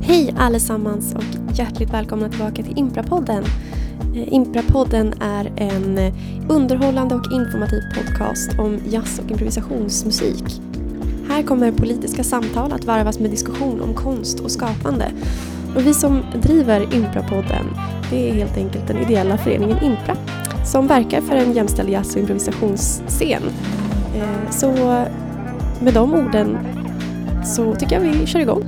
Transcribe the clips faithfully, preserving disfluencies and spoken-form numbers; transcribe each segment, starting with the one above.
Hej allesammans och hjärtligt välkomna tillbaka till Imprapodden. Imprapodden är en underhållande och informativ podcast om jazz- och improvisationsmusik. Här kommer politiska samtal att varvas med diskussion om konst och skapande. Och vi som driver Imprapodden, det är helt enkelt den ideella föreningen Impra som verkar för en jämställd jazz- och improvisationsscen. Så med de orden så tycker jag vi kör igång.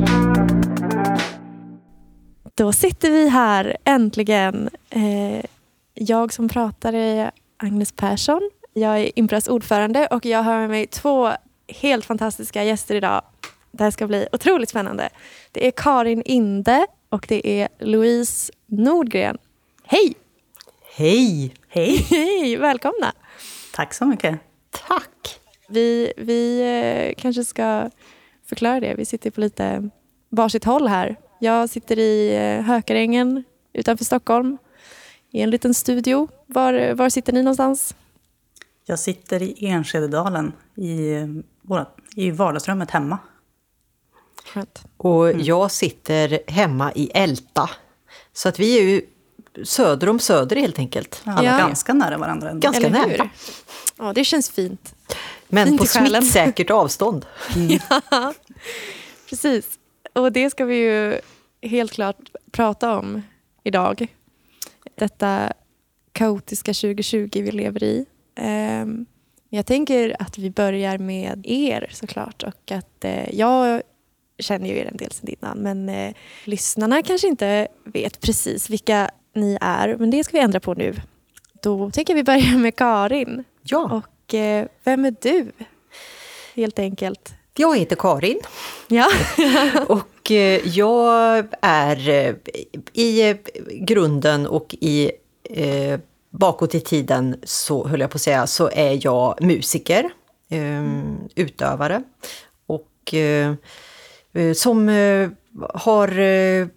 Då sitter vi här äntligen. Eh, jag som pratar är Agnes Persson. Jag är Impras ordförande och jag har med mig två helt fantastiska gäster idag. Det här ska bli otroligt spännande. Det är Karin Inde och det är Louise Nordgren. Hej! Hej! Hej! Hej! Välkomna! Tack så mycket. Tack! Vi, vi eh, kanske ska förklara det. Vi sitter på lite varsitt håll här. Jag sitter i Hökarängen utanför Stockholm i en liten studio. Var, var sitter ni någonstans? Jag sitter i Enskededalen i, i vardagsrummet hemma. Skönt. Och jag sitter hemma i Älta. Så att vi är ju söder om söder helt enkelt. Ja, ja. Ganska nära varandra. Ändå. Ganska Eller nära. Hur? Ja, det känns fint. Men fint på smittsäkert avstånd. Mm. Ja, precis. Och det ska vi ju helt klart prata om idag. Detta kaotiska tjugo tjugo vi lever i. Um, jag tänker att vi börjar med er såklart. Och att uh, jag känner ju er en del sedan innan. Men uh, lyssnarna kanske inte vet precis vilka ni är. Men det ska vi ändra på nu. Då tänker vi börja med Karin. Ja. Och uh, vem är du? Helt enkelt. Jag heter Karin. Ja. Och jag är i grunden och i eh, bakåt i tiden så höll jag på att säga så är jag musiker, eh, utövare och eh, som eh, har eh,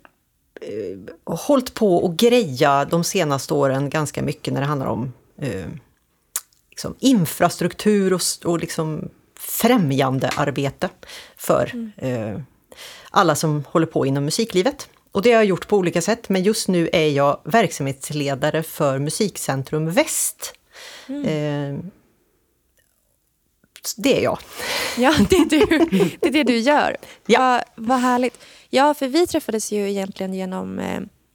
hållit på och greja de senaste åren ganska mycket när det handlar om eh, liksom infrastruktur och, och liksom främjande arbete för mm. eh, alla som håller på inom musiklivet. Och det har jag gjort på olika sätt, men just nu är jag verksamhetsledare för Musikcentrum Väst. Mm. Eh, det är jag. Ja, det är, du. Det är det du gör. Ja. Vad, vad härligt. Ja, för vi träffades ju egentligen genom eh,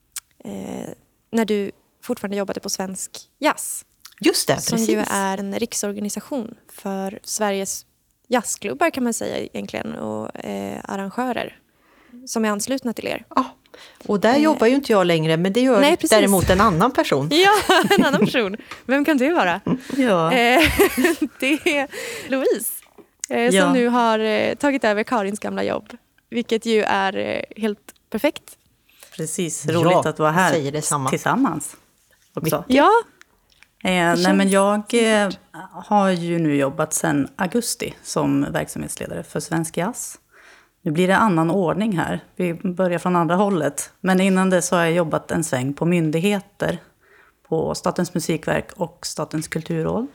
eh, när du fortfarande jobbade på Svensk Jazz. Just det, som precis. Som ju är en riksorganisation för Sveriges jazzklubbar kan man säga egentligen och eh, arrangörer som är anslutna till er. Ja, och där eh. jobbar ju inte jag längre, men det gör Nej, däremot en annan person. Ja, en annan person. Vem kan du vara? Ja. Eh, det är Louise eh, ja. som nu har eh, tagit över Karins gamla jobb, vilket ju är eh, helt perfekt. Precis, roligt ja, att vara här tillsammans också. Ja. Eh, nej, men jag eh, har ju nu jobbat sedan augusti som verksamhetsledare för Svensk Jazz. Nu blir det annan ordning här. Vi börjar från andra hållet. Men innan det så har jag jobbat en sväng på myndigheter. På Statens musikverk och Statens kulturråd.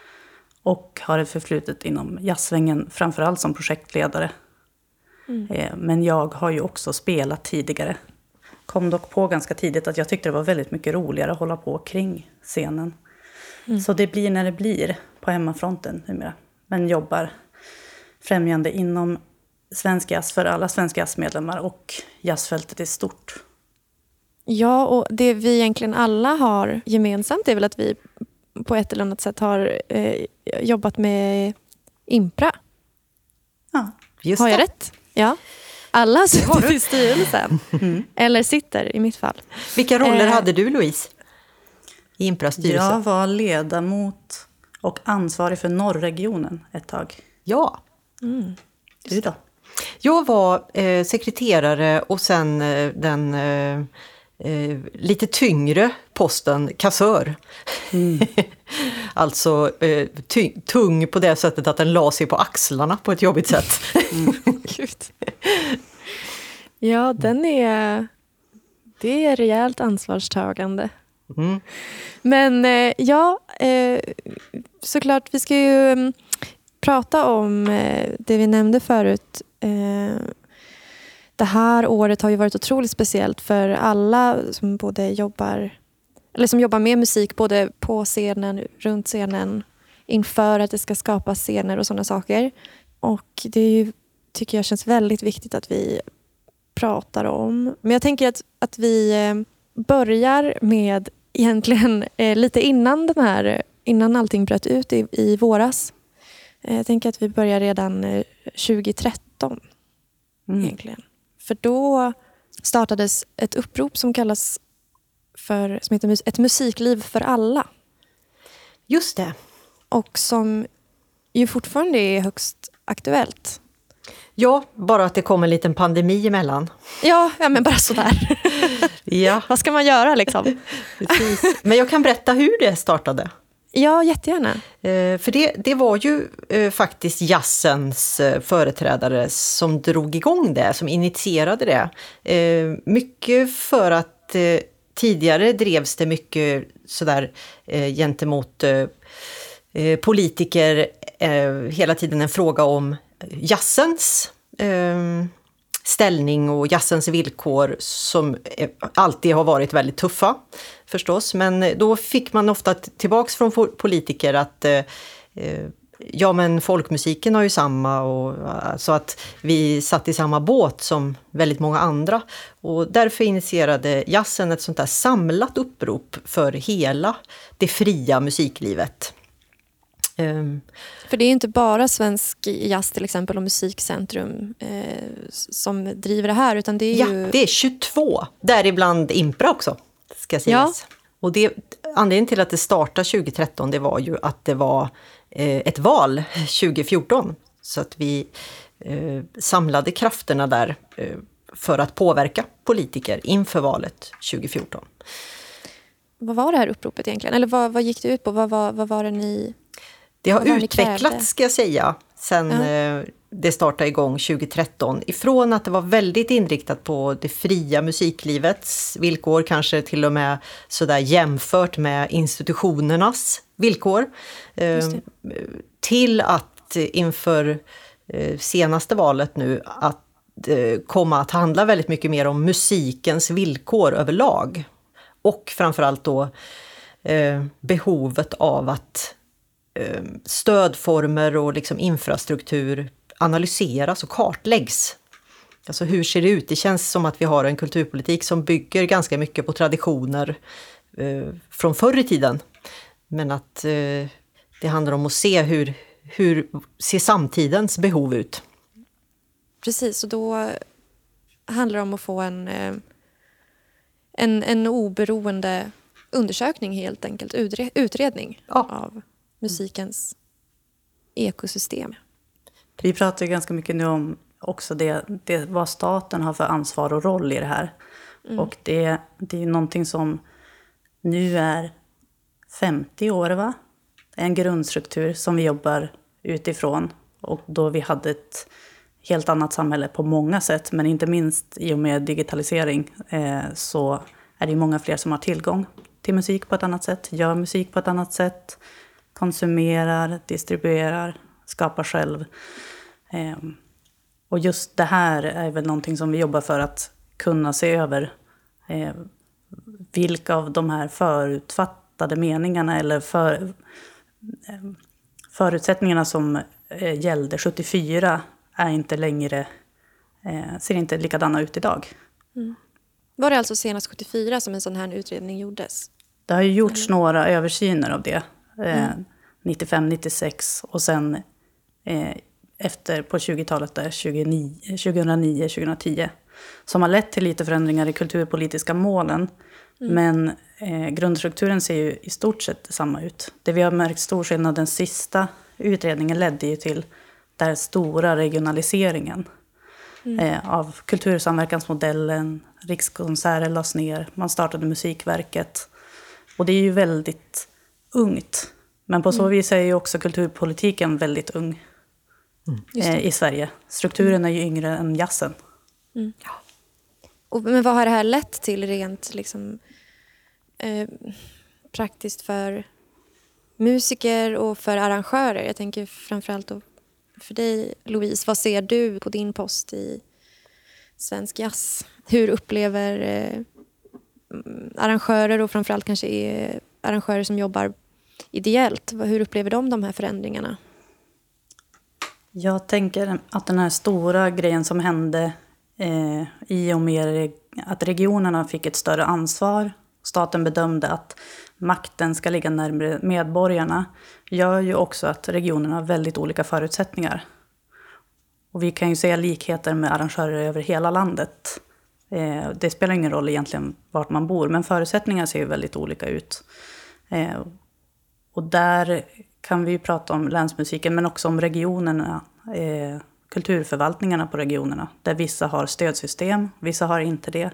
Och har ett förflutet inom jazzsvängen framförallt som projektledare. Mm. Eh, men jag har ju också spelat tidigare. Kom dock på ganska tidigt att jag tyckte det var väldigt mycket roligare att hålla på kring scenen. Mm. Så det blir när det blir på hemmafronten numera. Men jobbar främjande inom Svensk Jazz för alla Svenska Jazzmedlemmar och jazzfältet är stort. Ja, och det vi egentligen alla har gemensamt är väl att vi på ett eller annat sätt har eh, jobbat med Impra. Ja, just har jag det. rätt? Ja. Alla sitter i styrelsen. Mm. Eller sitter i mitt fall. Vilka roller eh, hade du, Louise? I Impras styrelse? Jag var ledamot och ansvarig för norrregionen ett tag. Ja. Mm. Du då? Jag var eh, sekreterare och sen eh, den eh, eh, lite tyngre posten kassör. Mm. Alltså eh, ty- tung på det sättet att den la sig på axlarna på ett jobbigt sätt. Mm. Gud. Ja, den är, det är rejält ansvarstagande. Mm. Men eh, ja, eh, såklart vi ska ju um, prata om eh, det vi nämnde förut. Eh, det här året har ju varit otroligt speciellt för alla som både jobbar eller som jobbar med musik både på scenen, runt scenen, inför att det ska skapas scener och sådana saker. Och det är ju, tycker jag känns väldigt viktigt att vi pratar om. Men jag tänker att, att vi börjar med egentligen eh, lite innan den här, innan allting bröt ut i, i våras. Eh, jag tänker att vi börjar redan eh, tjugo-tretton mm. egentligen. För då startades ett upprop som kallas för, som heter Ett musikliv för alla. Just det. Och som ju fortfarande är högst aktuellt. Ja, bara att det kom en liten pandemi emellan. Ja, ja men bara sådär. Ja. Vad ska man göra liksom? Precis. Men jag kan berätta hur det startade. Ja, jättegärna. Eh, för det, det var ju eh, faktiskt jazzens eh, företrädare som drog igång det, som initierade det. Eh, mycket för att eh, tidigare drevs det mycket sådär eh, gentemot eh, politiker, eh, hela tiden en fråga om jazzens eh, ställning och jazzens villkor som alltid har varit väldigt tuffa förstås. Men då fick man ofta tillbaks från politiker att eh, ja men folkmusiken har ju samma och så att vi satt i samma båt som väldigt många andra. Och därför initierade jazzen ett sånt där samlat upprop för hela det fria musiklivet. Um, För det är inte bara Svensk Jazz till exempel och Musikcentrum eh, som driver det här utan det är ja, ju... det är tjugotvå, däribland Impra också ska sägas. Ja. Och det, anledningen till att det startade tjugo-tretton det var ju att det var eh, ett val tjugo-fjorton så att vi eh, samlade krafterna där eh, för att påverka politiker inför valet tjugo-fjorton. Vad var det här uppropet egentligen? Eller vad, vad gick det ut på? Vad, vad, vad var det ni... Det har utvecklats ska jag säga sen ja. det startade igång tjugo-tretton. Ifrån att det var väldigt inriktat på det fria musiklivets villkor, kanske till och med sådär jämfört med institutionernas villkor. Till att inför senaste valet nu att komma att handla väldigt mycket mer om musikens villkor överlag. Och framförallt då behovet av att stödformer och liksom infrastruktur analyseras och kartläggs. Alltså hur ser det ut? Det känns som att vi har en kulturpolitik som bygger ganska mycket på traditioner eh, från förr i tiden. Men att eh, det handlar om att se hur, hur ser samtidens behov ut. Precis, och då handlar det om att få en, en, en oberoende undersökning helt enkelt, utredning ja. av musikens ekosystem. Vi pratar ju ganska mycket nu om också det, det vad staten har för ansvar och roll i det här. Mm. Och det, det är ju någonting som nu är femtio år va? En grundstruktur som vi jobbar utifrån. Och då vi hade ett helt annat samhälle på många sätt. Men inte minst i och med digitalisering eh, så är det många fler som har tillgång till musik på ett annat sätt. Gör musik på ett annat sätt. Konsumerar, distribuerar, skapar själv. Eh, och just det här är väl någonting som vi jobbar för att kunna se över. Eh, vilka av de här förutfattade meningarna eller för, eh, förutsättningarna som eh, gällde sjuttiofyra är inte längre, eh, ser inte likadana ut idag. Mm. Var det alltså senast sjuttiofyra som en sån här utredning gjordes? Det har ju gjorts mm. några översyner av det. Eh, mm. nittiofem nittiosex och sen eh, efter på tjugotalet där tjugohundranio tjugohundratio som har lett till lite förändringar i kulturpolitiska målen. Mm. Men eh, grundstrukturen ser ju i stort sett samma ut. Det vi har märkt stor skillnad den sista utredningen ledde ju till den stora regionaliseringen mm. eh, av kultursamverkansmodellen. Rikskonserter lades ner, man startade Musikverket. Och det är ju väldigt ungt. Men på så mm. vis är ju också kulturpolitiken väldigt ung mm. eh, i Sverige. Strukturen är ju yngre än jazzen. Mm. Ja. Och, men vad har det här lett till rent liksom, eh, praktiskt för musiker och för arrangörer? Jag tänker framförallt då för dig, Louise. Vad ser du på din post i svensk jazz. Hur upplever eh, arrangörer och framförallt kanske är arrangörer som jobbar ideellt, hur upplever de de här förändringarna? Jag tänker att den här stora grejen som hände eh, i och med att regionerna fick ett större ansvar, staten bedömde att makten ska ligga närmare medborgarna, gör ju också att regionerna har väldigt olika förutsättningar. Och vi kan ju se likheter med arrangörer över hela landet. Eh, det spelar ingen roll egentligen vart man bor, men förutsättningar ser ju väldigt olika ut. Eh, och där kan vi ju prata om länsmusiken, men också om regionerna, eh, kulturförvaltningarna på regionerna. Där vissa har stödsystem, vissa har inte det.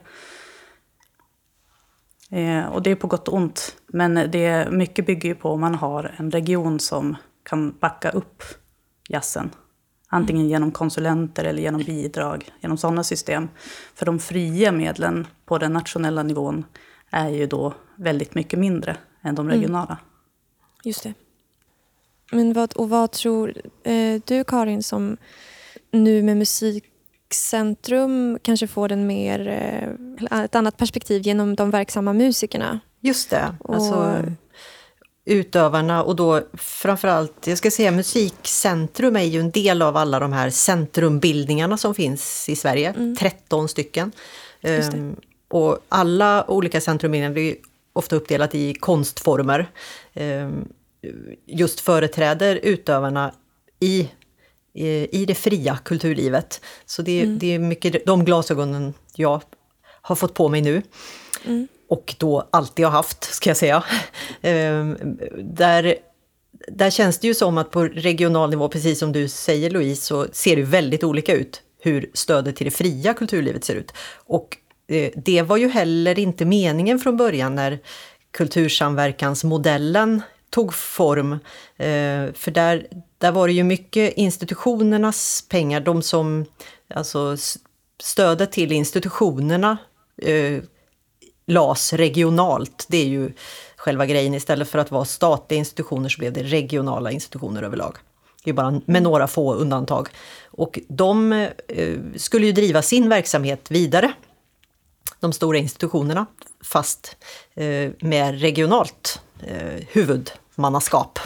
Eh, och det är på gott och ont, men det mycket bygger ju på om man har en region som kan backa upp jazzen. Antingen mm. genom konsulenter eller genom bidrag, genom sådana system. För de fria medlen på den nationella nivån är ju då väldigt mycket mindre än de regionala. Mm. Just det. Men vad, och vad tror eh, du, Karin, som nu med Musikcentrum kanske får en mer, eh, ett annat perspektiv genom de verksamma musikerna? Just det, och alltså utövarna, och då framförallt, jag ska säga Musikcentrum är ju en del av alla de här centrumbildningarna som finns i Sverige, mm. tretton stycken. Um, och alla olika centrumbildningar blir ofta uppdelat i konstformer. Um, just företräder utövarna i, i, i det fria kulturlivet. Så det, mm. det är mycket de glasögonen jag har fått på mig nu. Mm. Och då alltid har haft, ska jag säga. Um, där, där känns det ju som att på regional nivå, precis som du säger Louise, så ser det väldigt olika ut hur stödet till det fria kulturlivet ser ut. Och eh, det var ju heller inte meningen från början när kultursamverkansmodellen tog form. Eh, för där, där var det ju mycket institutionernas pengar, de som, alltså stödet till institutionerna eh, las regionalt. Det är ju själva grejen. Istället för att vara statliga institutioner så blev det regionala institutioner överlag. Det är bara med några få undantag. Och de eh, skulle ju driva sin verksamhet vidare. De stora institutionerna, fast eh, med regionalt eh, huvudmannaskap.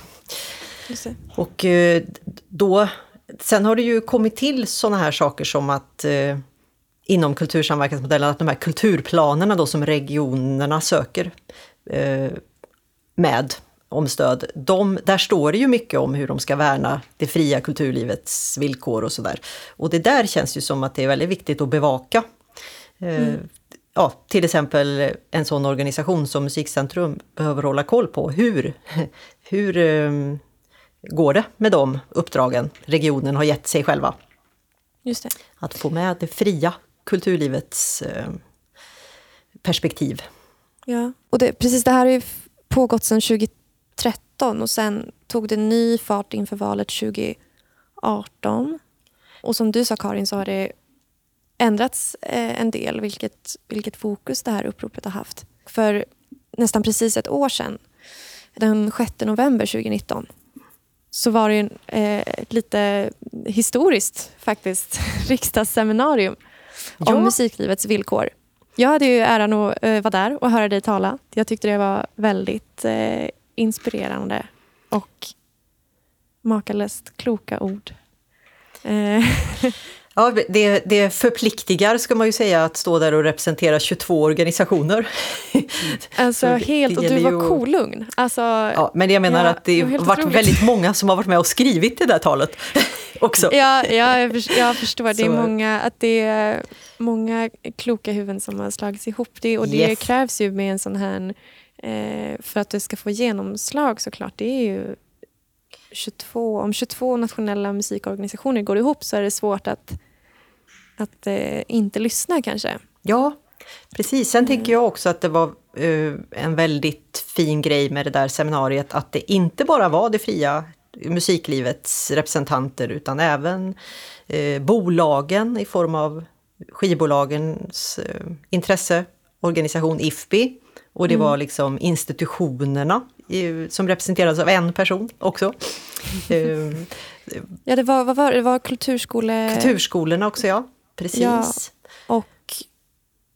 Och eh, då, sen har det ju kommit till såna här saker som att eh, inom kultursamverkansmodellen, att de här kulturplanerna då som regionerna söker eh, med om stöd, de, där står det ju mycket om hur de ska värna det fria kulturlivets villkor och sådär. Och det där känns ju som att det är väldigt viktigt att bevaka. Eh, mm. Ja, till exempel en sån organisation som Musikcentrum behöver hålla koll på. Hur, hur eh, går det med de uppdragen regionen har gett sig själva? Just det. Att få med det fria kulturlivets eh, perspektiv. Ja, och det, precis det här har ju pågått sedan tjugohundratretton och sen tog det ny fart inför valet tjugoarton. Och som du sa, Karin, så har det ändrats eh, en del vilket, vilket fokus det här uppropet har haft. För nästan precis ett år sedan, den sjätte november tjugonitton, så var det ju eh, ett lite historiskt faktiskt riksdagsseminarium om ja. musiklivets villkor. Jag hade ju äran att eh, vara där och höra dig tala. Jag tyckte det var väldigt eh, inspirerande och makalöst kloka ord. Eh. Ja, det, det förpliktigar, ska man ju säga, att stå där och representera tjugotvå organisationer. Alltså helt, och du var ju kolugn. Alltså, ja, men jag menar ja, att det har varit otroligt. Väldigt många som har varit med och skrivit det där talet också. Ja, ja jag, förstår, jag förstår. Det är många, att det är många kloka huvuden som har slagits ihop. Det, och det yes. krävs ju med en sån här, eh, för att det ska få genomslag såklart. Det är ju tjugotvå, om tjugotvå nationella musikorganisationer går ihop så är det svårt att, att eh, inte lyssna kanske. Ja, precis. Sen mm. tänker jag också att det var uh, en väldigt fin grej med det där seminariet, att det inte bara var det fria musiklivets representanter utan även uh, bolagen i form av skivbolagens uh, intresseorganisation I F P I, och det mm. var liksom institutionerna som representerades av en person också. Ja, det var, vad var det? Det var kulturskole... Kulturskolorna också, ja. Precis. Ja,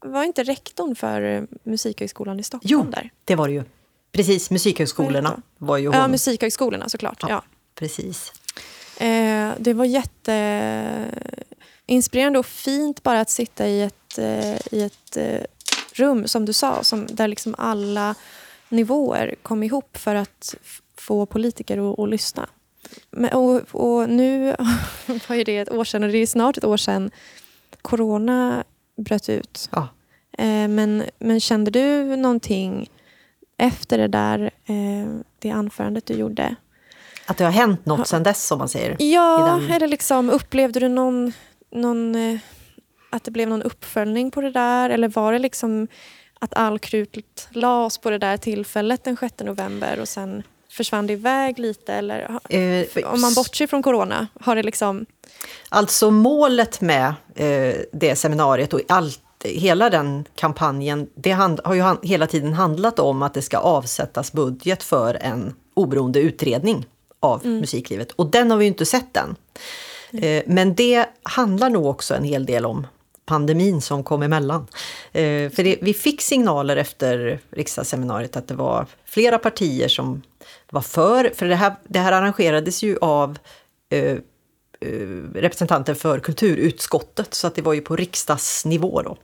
var inte rektorn för Musikhögskolan i Stockholm jo, där? det var det ju. Precis, musikhögskolorna var ju hon. Ja, musikhögskolorna såklart. Ja, ja. Precis. Eh, det var jätteinspirerande och fint bara att sitta i ett, eh, i ett eh, rum, som du sa, som, där liksom alla nivåer kom ihop för att f- få politiker att, att lyssna. Men, och, och nu var ju det ett år sedan, och det är snart ett år sedan corona bröt ut. Ja. Eh, men, men kände du någonting efter det där, eh, det anförandet du gjorde? Att det har hänt något sedan dess, som man säger. Ja, den... eller liksom, upplevde du någon, någon, eh, att det blev någon uppföljning på det där? Eller var det liksom att all krut lades på det där tillfället den sjätte november och sen försvann det iväg lite? Eller, Eh, om man bortser från corona, har det liksom... Alltså målet med eh, det seminariet och allt, hela den kampanjen, det hand, har ju han, hela tiden handlat om att det ska avsättas budget för en oberoende utredning av mm. musiklivet. Och den har vi ju inte sett än. Mm. Eh, men det handlar nog också en hel del om pandemin som kom emellan. Eh, för det, vi fick signaler efter riksdagsseminariet att det var flera partier som var för, för det här, det här arrangerades ju av eh, representanter för kulturutskottet, så att det var ju på riksdagsnivå då.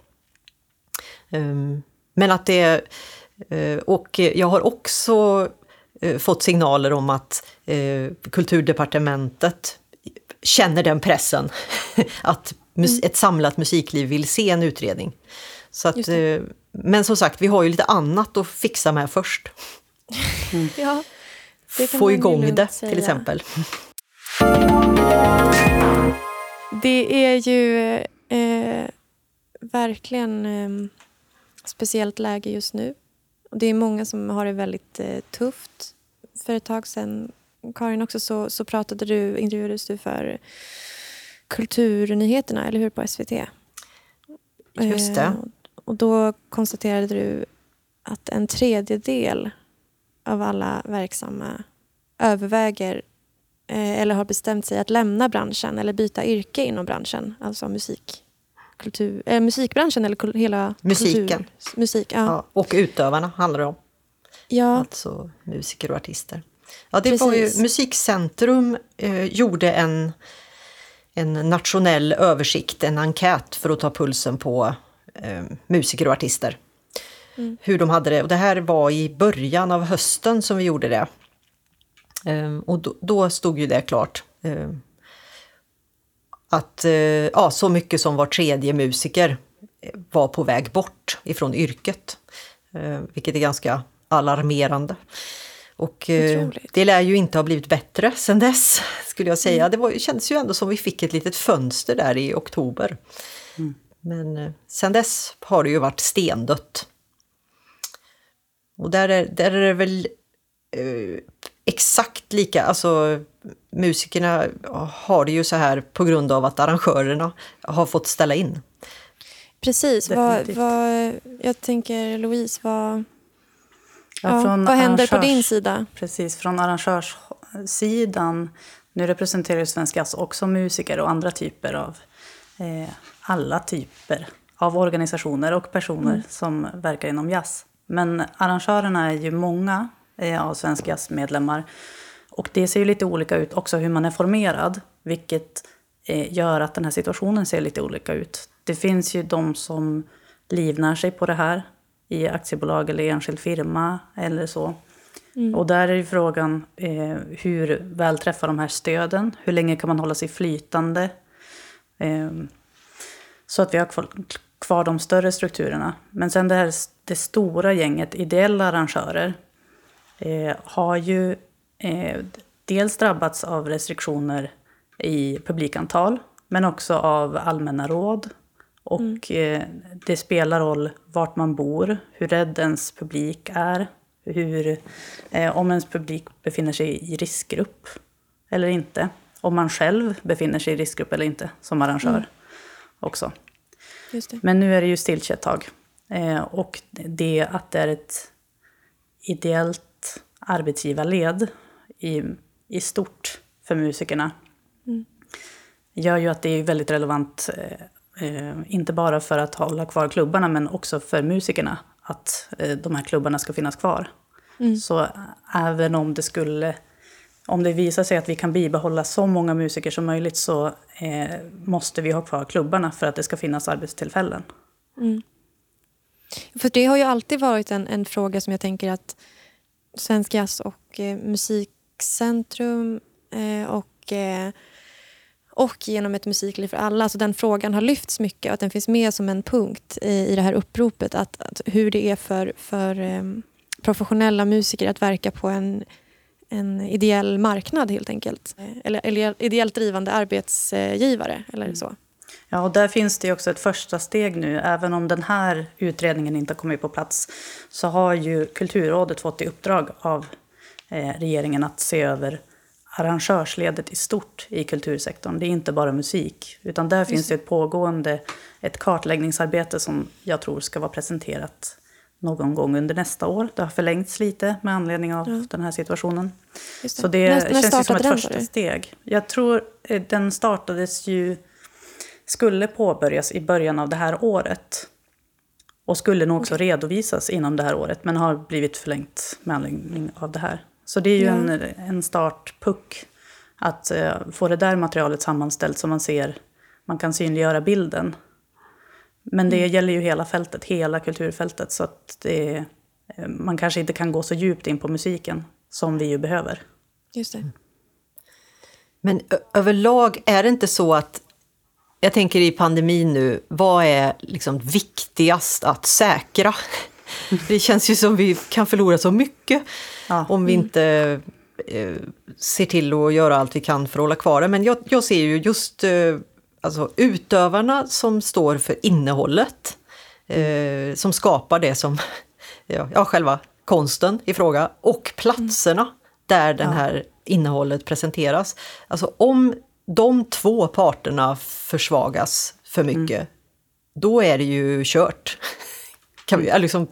Men att det, och jag har också fått signaler om att kulturdepartementet känner den pressen att ett samlat musikliv vill se en utredning. Så att, men som sagt, vi har ju lite annat att fixa med först. Mm. Ja, det kan få igång det säga. Till exempel. Det är ju eh, verkligen eh, speciellt läge just nu. Och det är många som har det väldigt eh, tufft. För ett tag sedan, Karin, också så, så pratade du, intervjuades du för Kulturnyheterna, eller hur, på S V T? Just det. Eh, och då konstaterade du att en tredjedel av alla verksamma överväger eller har bestämt sig att lämna branschen eller byta yrke inom branschen, alltså musik, kultur, äh, musikbranschen eller kul, hela musiken. Kultur, musik, ja. Ja, och utövarna handlar det om. Ja. Alltså musiker och artister. Ja, det Precis. Var ju Musikcentrum eh, gjorde en, en nationell översikt, en enkät för att ta pulsen på eh, musiker och artister. Mm. Hur de hade det. Och det här var i början av hösten som vi gjorde det. Um, och då, då stod ju det klart um, att uh, ja, så mycket som var tredje musiker var på väg bort ifrån yrket. Uh, vilket är ganska alarmerande. Och uh, det lär ju inte ha blivit bättre sedan dess, skulle jag säga. Mm. Det var, kändes ju ändå som vi fick ett litet fönster där i oktober. Mm. Men uh, sedan dess har det ju varit stendött. Och där är, där är det väl... Uh, exakt lika, alltså musikerna har det ju så här på grund av att arrangörerna har fått ställa in. Precis, vad, vad, jag tänker Louise, vad, ja, ja, vad händer på din sida? Precis, från arrangörssidan, nu representerar ju Svensk Jazz också musiker och andra typer av, eh, alla typer av organisationer och personer mm. som verkar inom jazz. Men arrangörerna är ju många av Svensk Jazz-medlemmar. Och det ser ju lite olika ut också hur man är formerad. Vilket eh, gör att den här situationen ser lite olika ut. Det finns ju de som livnär sig på det här. I aktiebolag eller enskild firma eller så. Mm. Och där är ju frågan eh, hur väl träffar de här stöden. Hur länge kan man hålla sig flytande. Eh, så att vi har kvar, kvar de större strukturerna. Men sen det här det stora gänget ideella arrangörer. Eh, har ju eh, dels drabbats av restriktioner i publikantal men också av allmänna råd och mm. eh, det spelar roll vart man bor, hur rädd ens publik är, hur, eh, om ens publik befinner sig i riskgrupp eller inte, om man själv befinner sig i riskgrupp eller inte som arrangör mm. också. Just det. Men nu är det ju stiltje ett tag eh, och det att det är ett ideellt arbetsgivarled i, i stort för musikerna mm. gör ju att det är väldigt relevant Eh, inte bara för att hålla kvar klubbarna men också för musikerna. Att eh, de här klubbarna ska finnas kvar. Mm. Så även om det skulle... Om det visar sig att vi kan bibehålla så många musiker som möjligt så eh, måste vi ha kvar klubbarna för att det ska finnas arbetstillfällen. Mm. För det har ju alltid varit en, en fråga som jag tänker att Svensk Jazz och eh, Musikcentrum eh, och, eh, och genom ett musikliv för alla, alltså den frågan har lyfts mycket och att den finns med som en punkt i, i det här uppropet att, att hur det är för, för eh, professionella musiker att verka på en en ideell marknad helt enkelt. Eller, eller ideellt drivande arbetsgivare eller mm. så. Ja, och där finns det ju också ett första steg nu. Även om den här utredningen inte har kommit på plats så har ju Kulturrådet fått i uppdrag av eh, regeringen att se över arrangörsledet i stort i kultursektorn. Det är inte bara musik, utan där Just. finns det ett pågående ett kartläggningsarbete som jag tror ska vara presenterat någon gång under nästa år. Det har förlängts lite med anledning av ja. den här situationen. Det. Så det när, känns ju som ett första den, steg. Jag tror den startades ju, skulle påbörjas i början av det här året. Och skulle nog också okay. redovisas inom det här året, men har blivit förlängt med anledning av det här. Så det är ju ja. en, en startpuck att uh, få det där materialet sammanställt så man ser, man kan synliggöra bilden. Men det mm. gäller ju hela fältet, hela kulturfältet. Så att det, man kanske inte kan gå så djupt in på musiken som vi ju behöver. Just det. Men ö- överlag är det inte så att, jag tänker i pandemin nu, vad är liksom viktigast att säkra? Det känns ju som vi kan förlora så mycket ja. om vi inte eh, ser till att göra allt vi kan för att hålla kvar det. Men jag, jag ser ju just... Eh, Alltså utövarna som står för innehållet, eh, som skapar det som, ja, ja, själva konsten i fråga, och platserna mm. där den här ja. innehållet presenteras. Alltså om de två parterna försvagas för mycket, mm. då är det ju kört. Kan vi, liksom,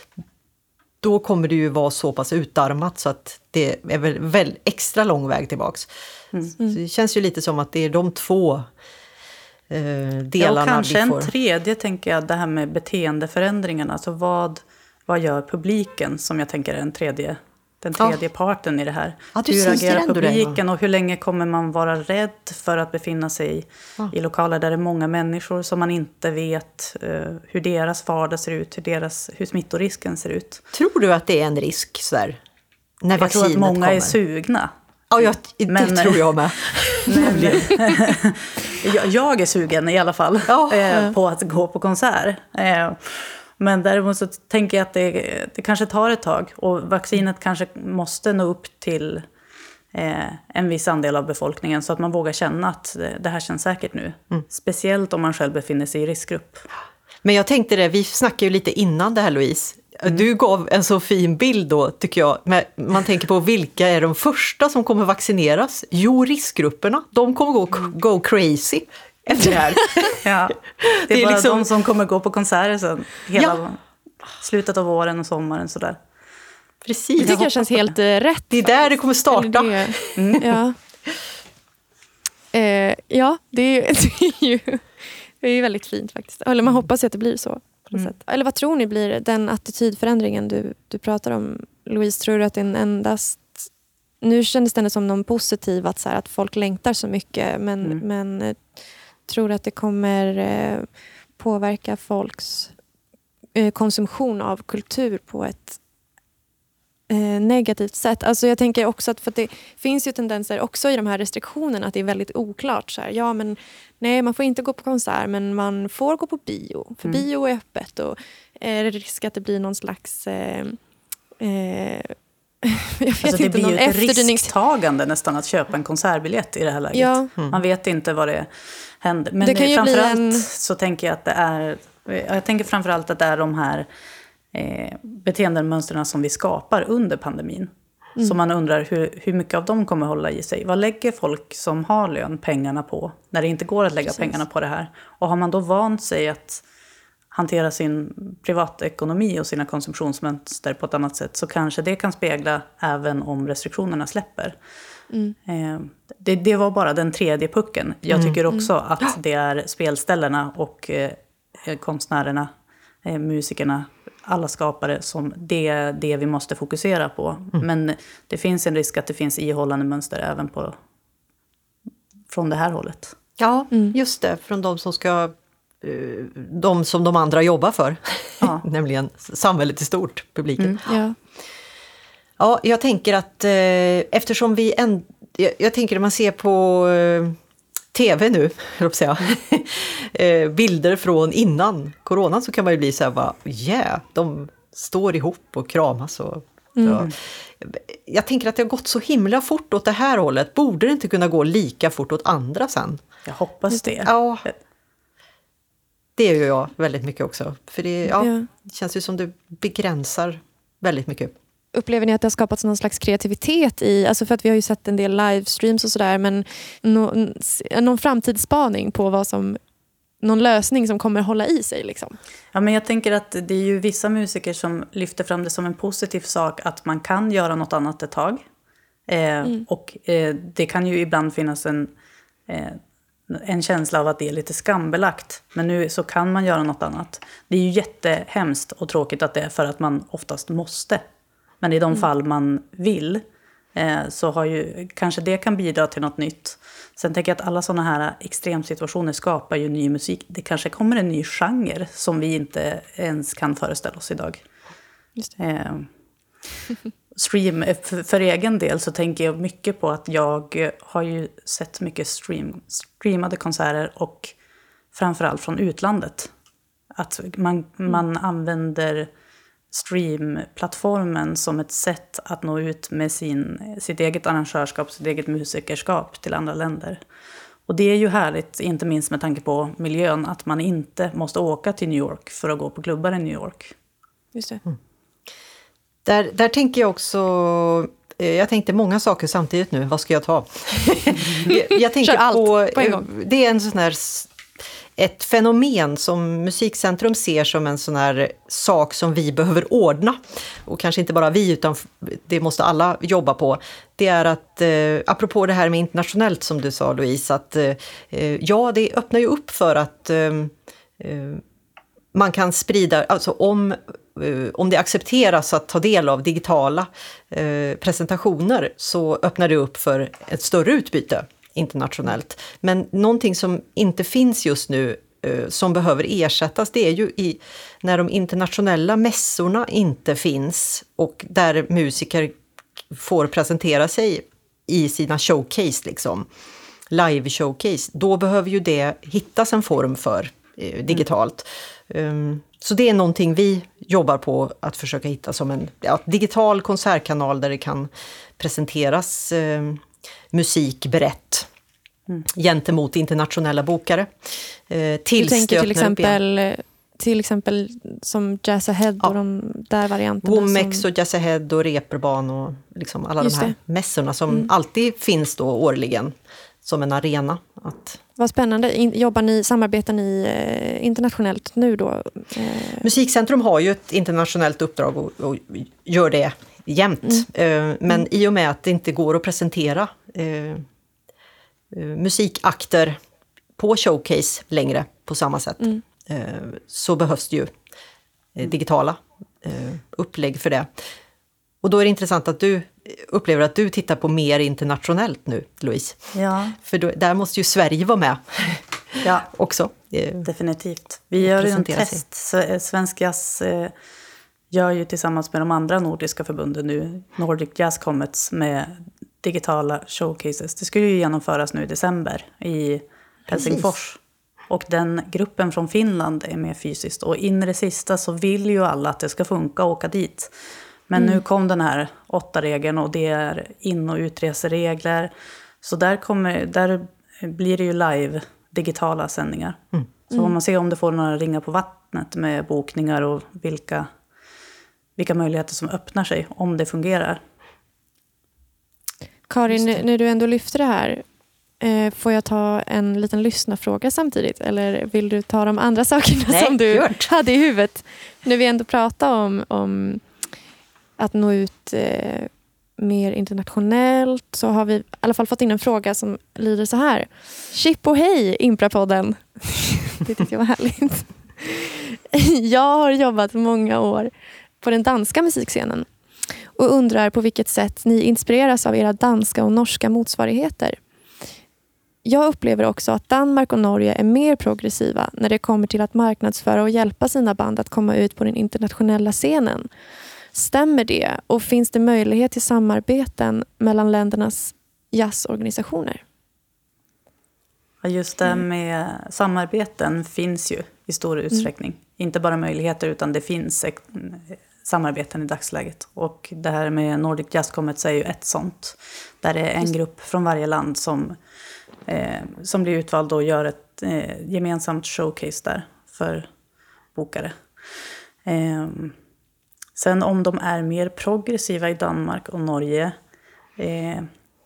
då kommer det ju vara så pass utarmat så att det är väl, väl extra lång väg tillbaks. Mm. Så det känns ju lite som att det är de två delarna. Ja, kanske vi får. En tredje tänker jag, det här med beteendeförändringarna. Alltså vad, vad gör publiken som jag tänker är en tredje, den tredje ja. parten i det här. Ja, hur agerar publiken och hur länge kommer man vara rädd för att befinna sig ja. i lokaler där det är många människor som man inte vet uh, hur deras vardag ser ut, hur, deras, hur smittorisken ser ut. Tror du att det är en risk så där, när jag tror att många kommer? är sugna. Ja, jag, det men, tror jag med. Men, jag, jag är sugen i alla fall ja, eh, på att gå på konsert. Eh, men däremot så tänker jag att det, det kanske tar ett tag. Och vaccinet kanske måste nå upp till eh, en viss andel av befolkningen. Så att man vågar känna att det, det här känns säkert nu. Mm. Speciellt om man själv befinner sig i riskgrupp. Men jag tänkte det, vi snackade ju lite innan det här, Louise. Mm. Du gav en så fin bild då, tycker jag. Men man tänker på vilka är de första som kommer vaccineras? Jo, riskgrupperna. De kommer gå, go crazy efter det här. Ja, det är, det är bara liksom... de som kommer gå på konserter sen. Hela ja. slutet av våren och sommaren sådär. Precis. Det tycker jag känns helt rätt. Det är faktiskt. Där det kommer starta. Det. Mm. Ja, eh, ja det, är, det, är ju, det är ju väldigt fint faktiskt. Eller man hoppas ju att det blir så. Mm. Eller vad tror ni blir den attitydförändringen du, du pratar om, Louise? Tror du att det är endast... Nu kändes det som någon positiv att, så här, att folk längtar så mycket. Men, mm. men eh, tror du att det kommer eh, påverka folks eh, konsumtion av kultur på ett eh, negativt sätt? Alltså jag tänker också att för att det finns ju tendenser också i de här restriktionerna att det är väldigt oklart. Så här, ja, men nej, man får inte gå på konsert, men man får gå på bio. För mm. bio är öppet och är det risk att det blir någon slags... Eh, eh, jag vet alltså det inte, blir ju ett efterdynings... risktagande nästan att köpa en konsertbiljett i det här läget. Ja. Mm. Man vet inte vad det händer. Men det kan ju framförallt bli en... så tänker jag att det är... Jag tänker framförallt att det är de här eh, beteendemönsterna som vi skapar under pandemin. Mm. Så man undrar hur, hur mycket av dem kommer hålla i sig. Vad lägger folk som har lön pengarna på när det inte går att lägga Precis. pengarna på det här? Och har man då vant sig att hantera sin privatekonomi och sina konsumtionsmönster på ett annat sätt, så kanske det kan spegla även om restriktionerna släpper. Mm. Eh, det, det var bara den tredje pucken. Jag mm. tycker också mm. att det är spelställena och eh, konstnärerna, eh, musikerna, alla skapare som det är det vi måste fokusera på. Mm. Men det finns en risk att det finns ihållande mönster även på, från det här hållet. Ja, mm. just det. Från de som ska... de som de andra jobbar för. Ja. Nämligen samhället i stort, publiken. Mm. Ja. Ja, jag tänker att eh, eftersom vi... En, jag, jag tänker när man ser på eh, tv nu, jag säga, eh, bilder från innan coronan, så kan man ju bli så här, bara, yeah, de står ihop och kramas. Och, mm. ja. Jag tänker att det har gått så himla fort åt det här hållet. Borde det inte kunna gå lika fort åt andra sen? Jag hoppas det. Ja, det gör jag väldigt mycket också. För det, ja, ja. det känns ju som det begränsar väldigt mycket. Upplever ni att det har skapats någon slags kreativitet i, alltså för att vi har ju sett en del livestreams och sådär, men någon, någon framtidsspaning på vad som, någon lösning som kommer hålla i sig liksom? Ja, men jag tänker att det är ju vissa musiker som lyfter fram det som en positiv sak att man kan göra något annat ett tag. Eh, mm. Och eh, det kan ju ibland finnas en, eh, en känsla av att det är lite skambelagt. Men nu så kan man göra något annat. Det är ju jättehemskt och tråkigt att det är för att man oftast måste. Men i de mm. fall man vill eh, så har ju, kanske det kan bidra till något nytt. Sen tänker jag att alla sådana här extremsituationer skapar ju ny musik. Det kanske kommer en ny genre som vi inte ens kan föreställa oss idag. Just det. Eh, stream, för, för egen del så tänker jag mycket på att jag har ju sett mycket stream, streamade konserter och framförallt från utlandet. Att man, mm. man använder streamplattformen som ett sätt att nå ut med sin, sitt eget arrangörskap, sitt eget musikerskap till andra länder. Och det är ju härligt, inte minst med tanke på miljön, att man inte måste åka till New York för att gå på klubbar i New York. Just det. Mm. Där, där tänker jag också, jag tänkte många saker samtidigt nu, vad ska jag ta? jag, jag tänker allt på, på en gång. Det är en sån här, ett fenomen som Musikcentrum ser som en sån här sak som vi behöver ordna. Och kanske inte bara vi, utan det måste alla jobba på. Det är att, eh, apropå det här med internationellt som du sa Louise, att eh, ja, det öppnar ju upp för att eh, man kan sprida, alltså om, om det accepteras att ta del av digitala eh, presentationer, så öppnar det upp för ett större utbyte internationellt. Men någonting som inte finns just nu eh, som behöver ersättas, det är ju i, när de internationella mässorna inte finns och där musiker får presentera sig i sina showcase, liksom, live showcase, då behöver ju det hittas en form för eh, digitalt. Um, så det är någonting vi jobbar på att försöka hitta som en ja, digital konsertkanal där det kan presenteras eh, musik brett mm. gentemot internationella bokare. Eh, du tänker till exempel, till exempel som Jazz Ahead ja. och de där varianterna. Womex som... och Jazz Ahead och Reeperbahn och liksom alla Just de här det. mässorna som mm. alltid finns då årligen som en arena. Att... Vad spännande. Jobbar ni, samarbetar ni eh, internationellt nu då? Eh... Musikcentrum har ju ett internationellt uppdrag och, och gör det jämt. Mm. Eh, men mm. i och med att det inte går att presentera eh, musikakter på showcase längre på samma sätt, mm. eh, så behövs det ju eh, digitala eh, upplägg för det. Och då är det intressant att du upplever att du tittar på mer internationellt nu, Louise. Ja. För då, där måste ju Sverige vara med ja. också. Definitivt. Vi gör ju en test. Svensk Jazz eh, gör ju tillsammans med de andra nordiska förbunden nu Nordic Jazz Comets med digitala showcases. Det skulle ju genomföras nu i december i Helsingfors. Precis. Och den gruppen från Finland är med fysiskt. Och in i det sista så vill ju alla att det ska funka och åka dit. Men mm. nu kom den här åtta regeln och det är in- och utreseregler. Så där, kommer, där blir det ju live digitala sändningar. Mm. Så får man se om det får några ringar på vattnet med bokningar och vilka, vilka möjligheter som öppnar sig om det fungerar. Karin, när du ändå lyfter det här, Eh, får jag ta en liten lyssnarfråga samtidigt? Eller vill du ta de andra sakerna Nej, som du gjort. hade i huvudet? Nu vi ändå pratar om, om att nå ut eh, mer internationellt, så har vi i alla fall fått in en fråga som lyder så här. Chip och hej, Imprapodden. Det tyckte jag var härligt. Jag har jobbat många år på den danska musikscenen och undrar på vilket sätt ni inspireras av era danska och norska motsvarigheter. Jag upplever också att Danmark och Norge är mer progressiva när det kommer till att marknadsföra och hjälpa sina band att komma ut på den internationella scenen. Stämmer det? Och finns det möjlighet till samarbeten mellan ländernas jazzorganisationer? Ja, just det med samarbeten finns ju i stor utsträckning. Mm. Inte bara möjligheter, utan det finns samarbeten i dagsläget. Och det här med Nordic Jazz Comets är ju ett sånt. Där det är en grupp från varje land som, eh, som blir utvald och gör ett eh, gemensamt showcase där för bokare. Eh, sen om de är mer progressiva i Danmark och Norge... Eh,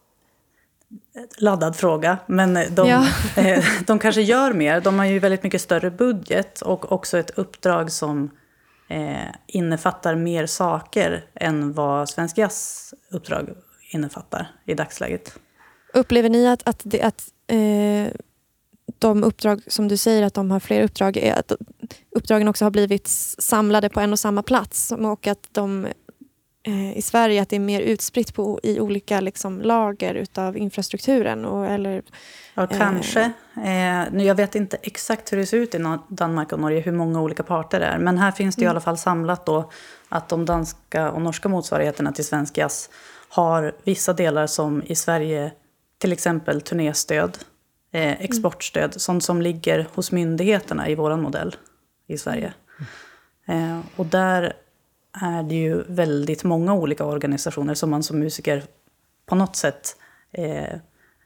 laddad fråga, men de, ja. eh, de kanske gör mer. De har ju väldigt mycket större budget och också ett uppdrag som eh, innefattar mer saker än vad Svensk Jazz uppdrag innefattar i dagsläget. Upplever ni att, att, det, att eh, de uppdrag som du säger att de har fler uppdrag, är att uppdragen också har blivit samlade på en och samma plats och att de i Sverige att det är mer utspritt på, i olika liksom, lager utav infrastrukturen? Och, eller, ja, kanske. Eh, nu, jag vet inte exakt hur det ser ut i Danmark och Norge, hur många olika parter det är. Men här finns det mm. i alla fall samlat då att de danska och norska motsvarigheterna till Svensk Jazz har vissa delar som i Sverige, till exempel turnéstöd, eh, exportstöd, mm. sånt som ligger hos myndigheterna i våran modell i Sverige. Mm. Eh, och där är det ju väldigt många olika organisationer som man som musiker på något sätt eh,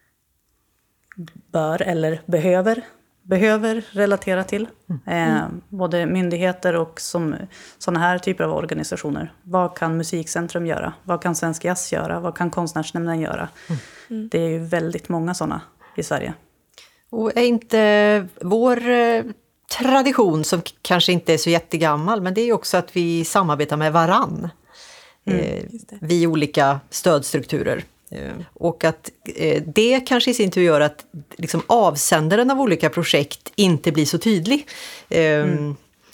bör eller behöver, behöver relatera till. Mm. Eh, både myndigheter och som, såna här typer av organisationer. Vad kan Musikcentrum göra? Vad kan Svensk Jazz göra? Vad kan Konstnärsnämnden göra? Mm. Det är ju väldigt många såna i Sverige. Och är inte vår tradition, som kanske inte är så jättegammal, men det är också att vi samarbetar med varann. Mm, eh, vi olika stödstrukturer. Eh, och att eh, det kanske i sin tur gör att liksom, avsändaren av olika projekt inte blir så tydlig. Eh, mm.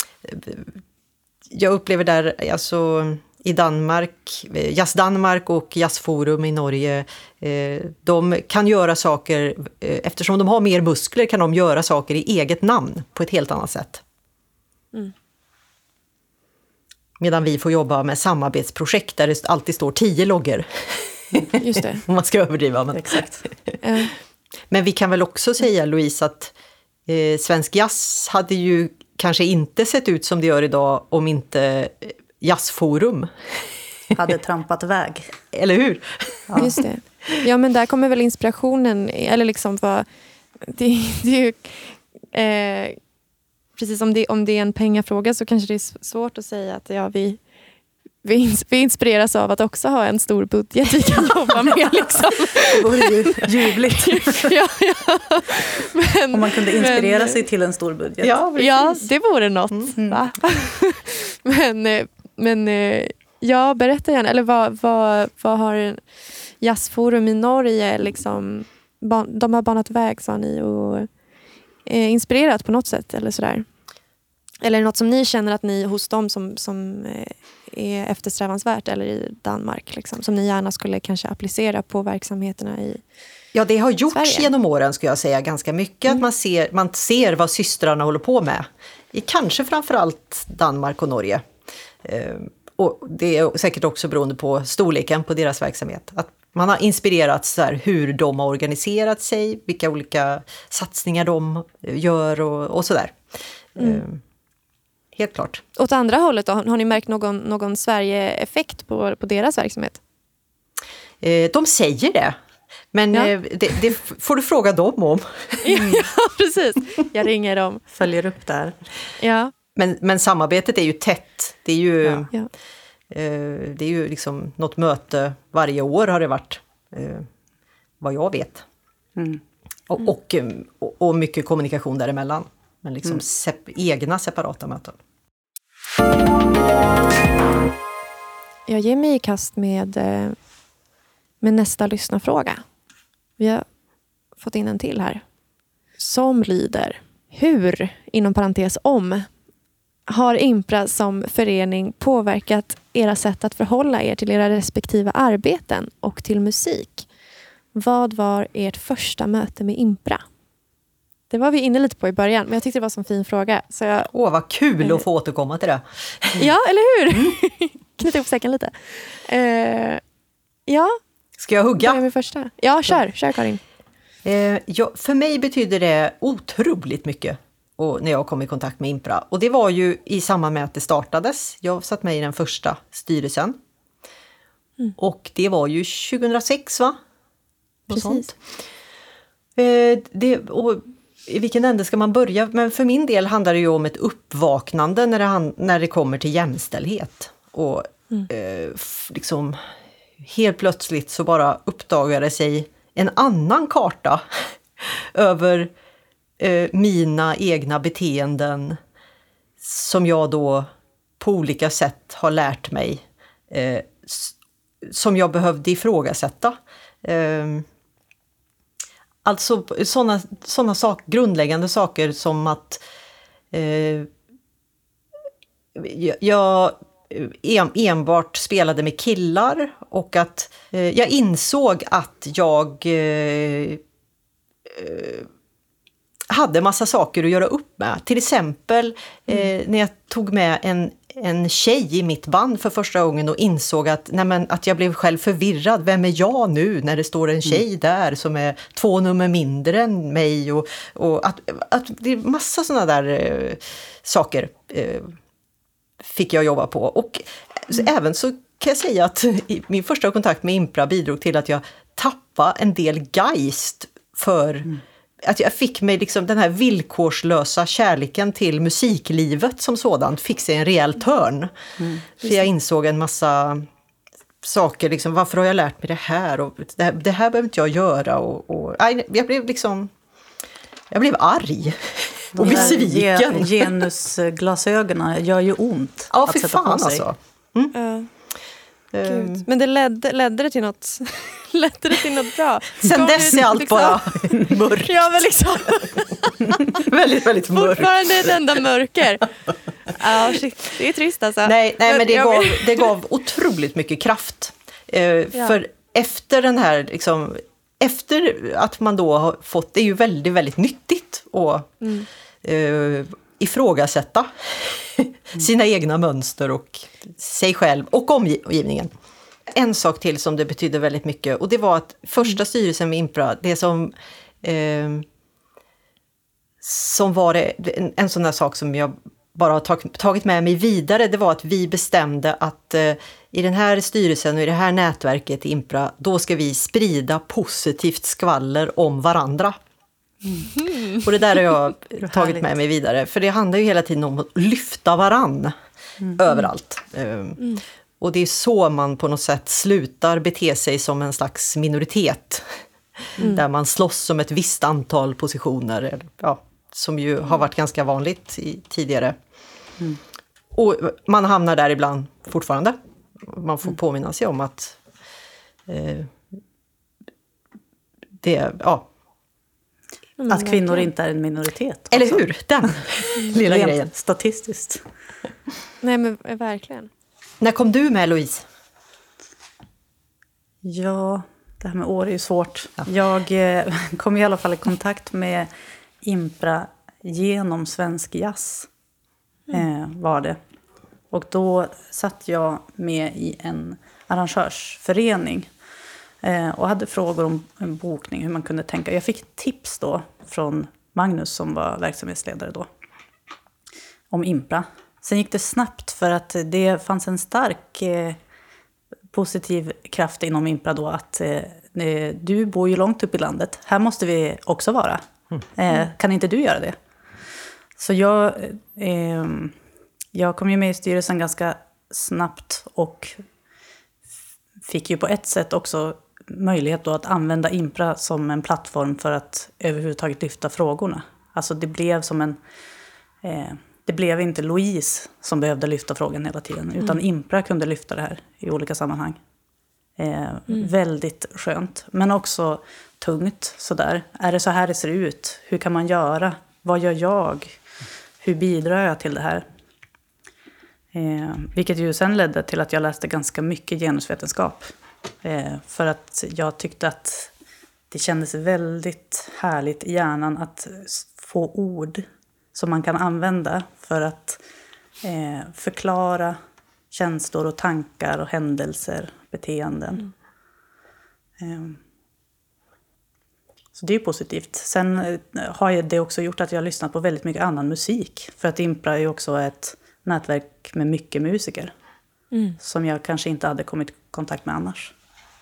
Jag upplever där, alltså i Danmark, Jazz Danmark och Jazzforum i Norge, eh, de kan göra saker, eh, eftersom de har mer muskler kan de göra saker i eget namn på ett helt annat sätt. Mm. Medan vi får jobba med samarbetsprojekt där det alltid står tio loggor. Just det. Om man ska överdriva. Men. Exakt. Mm. Men vi kan väl också säga, Louise, att eh, Svensk Jazz hade ju kanske inte sett ut som det gör idag om inte Jazzforum hade trampat väg. Eller hur? Ja. Just det. Ja, men där kommer väl inspirationen, eller liksom vad det, det är ju eh, precis som det, om det är en pengafråga så kanske det är svårt att säga att ja, vi Vi, vi inspireras av att också ha en stor budget vi kan jobba med. Liksom. Det vore ju ljuvligt. ja, ja. Men, om man kunde inspirera men, sig till en stor budget. Ja, ja det vore något. Mm. Va? men, men ja, berätta gärna. Eller vad, vad, vad har Jazzforum i Norge liksom, de har banat väg, sa ni, och eh, inspirerat på något sätt eller sådär? Eller något som ni känner att ni hos dem som, som är eftersträvansvärt eller i Danmark liksom, som ni gärna skulle kanske applicera på verksamheterna i Ja, det har gjorts Sverige. Genom åren, ska jag säga, ganska mycket. Mm. Att man ser, man ser vad systrarna håller på med. I kanske framförallt Danmark och Norge. Eh, och det är säkert också beroende på storleken på deras verksamhet. Att man har inspirerats så här, hur de har organiserat sig, vilka olika satsningar de gör och, och sådär. Mm. Eh, Helt klart. Åt andra hållet då, har ni märkt någon, någon Sverige-effekt på, på deras verksamhet? Eh, de säger det. Men ja. eh, det, det får du fråga dem om. Mm. Ja, precis. Jag ringer dem. Följer upp där. Ja. Men, men samarbetet är ju tätt. Det är ju, ja. eh, det är ju liksom något möte varje år har det varit. Eh, vad jag vet. Mm. Och, mm. och, och, och mycket kommunikation däremellan. Men liksom mm. sep- egna separata möten. Jag ger mig i kast med, med nästa lyssnarfråga. Vi har fått in en till här. Som lyder: hur, inom parentes om, har Impra som förening påverkat era sätt att förhålla er till era respektive arbeten och till musik? Vad var ert första möte med Impra? Det var vi inne lite på i början, men jag tyckte det var en sån fin fråga. Så jag, Åh, vad kul att få återkomma till det. Ja, eller hur? Mm. Knyta ihop säcken lite. Uh, ja. Ska jag hugga? Med första. Ja, kör. Kör, Karin. Uh, ja, för mig betyder det otroligt mycket och när jag kom i kontakt med Impra. Och det var ju i samband med att det startades. Jag satt med i den första styrelsen. Mm. Och det var ju tjugohundrasex, va? Precis. Sånt. Uh, det, och i vilken ände ska man börja? Men för min del handlar det ju om ett uppvaknande när det, när det kommer till jämställdhet. Och mm. eh, liksom helt plötsligt så bara uppdagade sig en annan karta över eh, mina egna beteenden som jag då på olika sätt har lärt mig eh, som jag behövde ifrågasätta. Eh, Alltså sådana såna sak, grundläggande saker som att eh, jag en, enbart spelade med killar och att eh, jag insåg att jag eh, eh, hade massa saker att göra upp med. Till exempel eh, när jag tog med en en tjej i mitt band för första gången och insåg att, nej men, att jag blev själv förvirrad. Vem är jag nu när det står en tjej mm. där som är två nummer mindre än mig? Och, och att, att det är massa sådana där eh, saker eh, fick jag jobba på. Och mm. även så kan jag säga att min första kontakt med Impra bidrog till att jag tappade en del geist för... Mm. Att jag fick mig liksom den här villkorslösa kärleken till musiklivet som sådant fick sig en rejäl törn. Mm, för jag insåg en massa saker, liksom, varför har jag lärt mig det här? Och det, här det här behöver inte jag göra. Och, och, jag blev liksom, jag blev arg och besviken. Genusglasögonen gör ju ont ja, att för sätta fan på sig. Alltså. Mm. Uh. Gud. Men det ledde, ledde det till något ledde det till något bra. Sen dess är allt liksom, bara mörkt. Ja, men liksom. väldigt, väldigt mörkt. Fortfarande ett enda mörker. Ja, shit. Det är trist alltså. Nej, nej men det gav, det gav otroligt mycket kraft. Eh, ja. För efter den här, liksom, efter att man då har fått, det är ju väldigt, väldigt nyttigt att mm. eh, ifrågasätta mm. sina egna mönster och sig själv och omgivningen. En sak till som det betyder väldigt mycket, och det var att första styrelsen med Impra, det som eh, som var det, en, en sån där sak som jag bara har tag, tagit med mig vidare, det var att vi bestämde att eh, i den här styrelsen och i det här nätverket Impra, då ska vi sprida positivt skvaller om varandra. Mm. Och det där har jag tagit med mig vidare, för det handlar ju hela tiden om att lyfta varann mm. överallt. Mm. Och det är så man på något sätt slutar bete sig som en slags minoritet. Mm. Där man slåss om ett visst antal positioner. Ja, som ju har varit ganska vanligt i, tidigare. Mm. Och man hamnar där ibland fortfarande. Man får mm. påminna sig om att eh, det, ja. Att kvinnor inte är en minoritet. Eller också. Hur? Den lilla Rent grejen. Statistiskt. Nej, men verkligen. När kom du med, Louise? Ja, det här med år är ju svårt. Ja. Jag eh, kom i alla fall i kontakt med Impra genom Svensk Jazz. Mm. Eh, var det. Och då satt jag med i en arrangörsförening. Eh, och hade frågor om en bokning, hur man kunde tänka. Jag fick tips då från Magnus som var verksamhetsledare då. Om Impra. Sen gick det snabbt för att det fanns en stark eh, positiv kraft inom Impra då. Att eh, du bor ju långt upp i landet. Här måste vi också vara. Eh, kan inte du göra det? Så jag, eh, jag kom ju med i styrelsen ganska snabbt. Och fick ju på ett sätt också möjlighet då att använda Impra som en plattform för att överhuvudtaget lyfta frågorna. Alltså det blev som en... Eh, det blev inte Louise som behövde lyfta frågan hela tiden, utan mm. Impra kunde lyfta det här i olika sammanhang. Eh, mm. Väldigt skönt, men också tungt sådär. Är det så här det ser ut? Hur kan man göra? Vad gör jag? Hur bidrar jag till det här? Eh, vilket ju sen ledde till att jag läste ganska mycket genusvetenskap. Eh, för att jag tyckte att det kändes väldigt härligt i hjärnan att få ord som man kan använda för att eh, förklara känslor och tankar och händelser, beteenden. Mm. Eh, så det är positivt. Sen eh, har det också gjort att jag har lyssnat på väldigt mycket annan musik. För att Impra är ju också ett nätverk med mycket musiker. Mm. Som jag kanske inte hade kommit i kontakt med annars.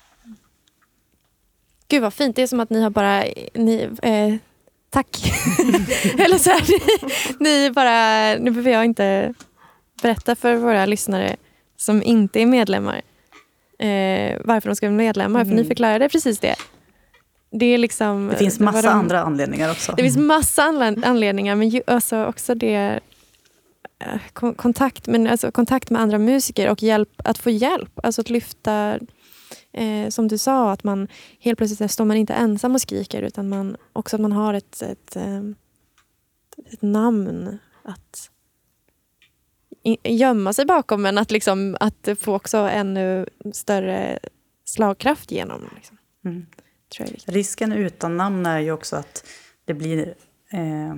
Gud vad fint. Det är som att ni har bara... Ni, eh, tack. Eller så här, ni, ni bara... Nu behöver jag inte berätta för våra lyssnare som inte är medlemmar eh, varför de ska vara medlemmar. Mm. För ni förklarade precis det. Det är liksom... Det finns massa de, andra anledningar också. Det finns massa anledningar. Men ju, alltså också det... Kontakt, men alltså kontakt med andra musiker och hjälp, att få hjälp. Alltså att lyfta... Eh, som du sa, att man helt plötsligt står man inte ensam och skriker, utan man också att man har ett, ett, ett namn att gömma sig bakom, men att, liksom, att få också ännu större slagkraft genom. Liksom. Mm. Tror jag. Risken utan namn är ju också att det blir... Eh,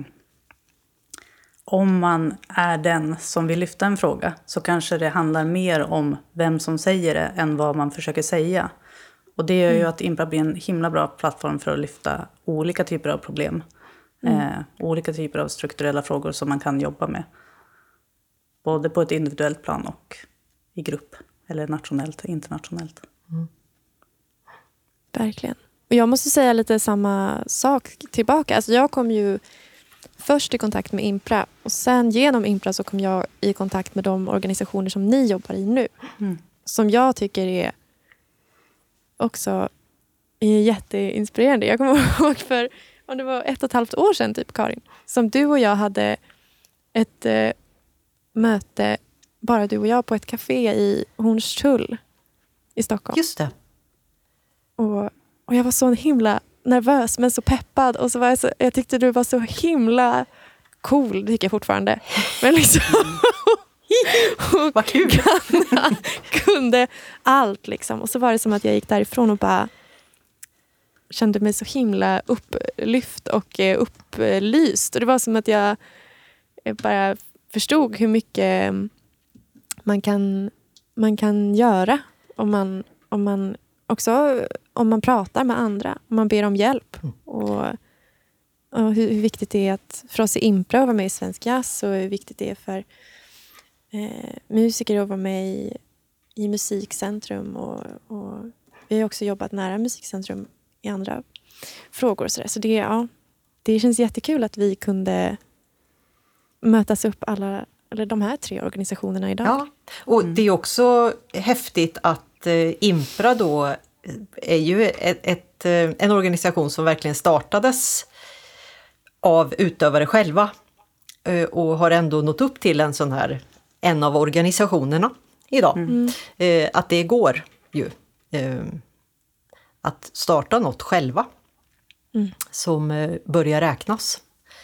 om man är den som vill lyfta en fråga så kanske det handlar mer om vem som säger det än vad man försöker säga. Och det gör ju mm. att Impra blir en himla bra plattform för att lyfta olika typer av problem. Mm. Eh, olika typer av strukturella frågor som man kan jobba med. Både på ett individuellt plan och i grupp. Eller nationellt, internationellt. Mm. Verkligen. Och jag måste säga lite samma sak tillbaka. Alltså jag kom ju först i kontakt med Impra. Och sen genom Impra så kom jag i kontakt med de organisationer som ni jobbar i nu. Mm. Som jag tycker är också är jätteinspirerande. Jag kommer ihåg för om det var ett och ett halvt år sedan typ, Karin. Som du och jag hade ett eh, möte, bara du och jag, på ett café i Hornstull i Stockholm. Just det. Och, och jag var så himla nervös men så peppad. Och så var jag, så, jag tyckte du var så himla cool, det tycker jag fortfarande. Men liksom... Vad kul! Kunde allt liksom. Och så var det som att jag gick därifrån och bara kände mig så himla upplyft och upplyst. Och det var som att jag bara förstod hur mycket man kan, man kan göra om man, om man också om man pratar med andra, om man ber om hjälp. Och, och hur, hur viktigt det är att för oss i Impra att vara med i Svensk Jazz, och hur viktigt det är för eh, musiker att vara med i, i Musikcentrum. Och, och vi har också jobbat nära Musikcentrum i andra frågor. Och så där. Så det, ja, det känns jättekul att vi kunde mötas upp alla, eller de här tre organisationerna idag. Ja, och mm. det är också häftigt att eh, Impra då är ju ett, ett, en organisation som verkligen startades av utövare själva och har ändå nått upp till en sån här, en av organisationerna idag. Mm. Att det går ju att starta något själva mm. som börjar räknas.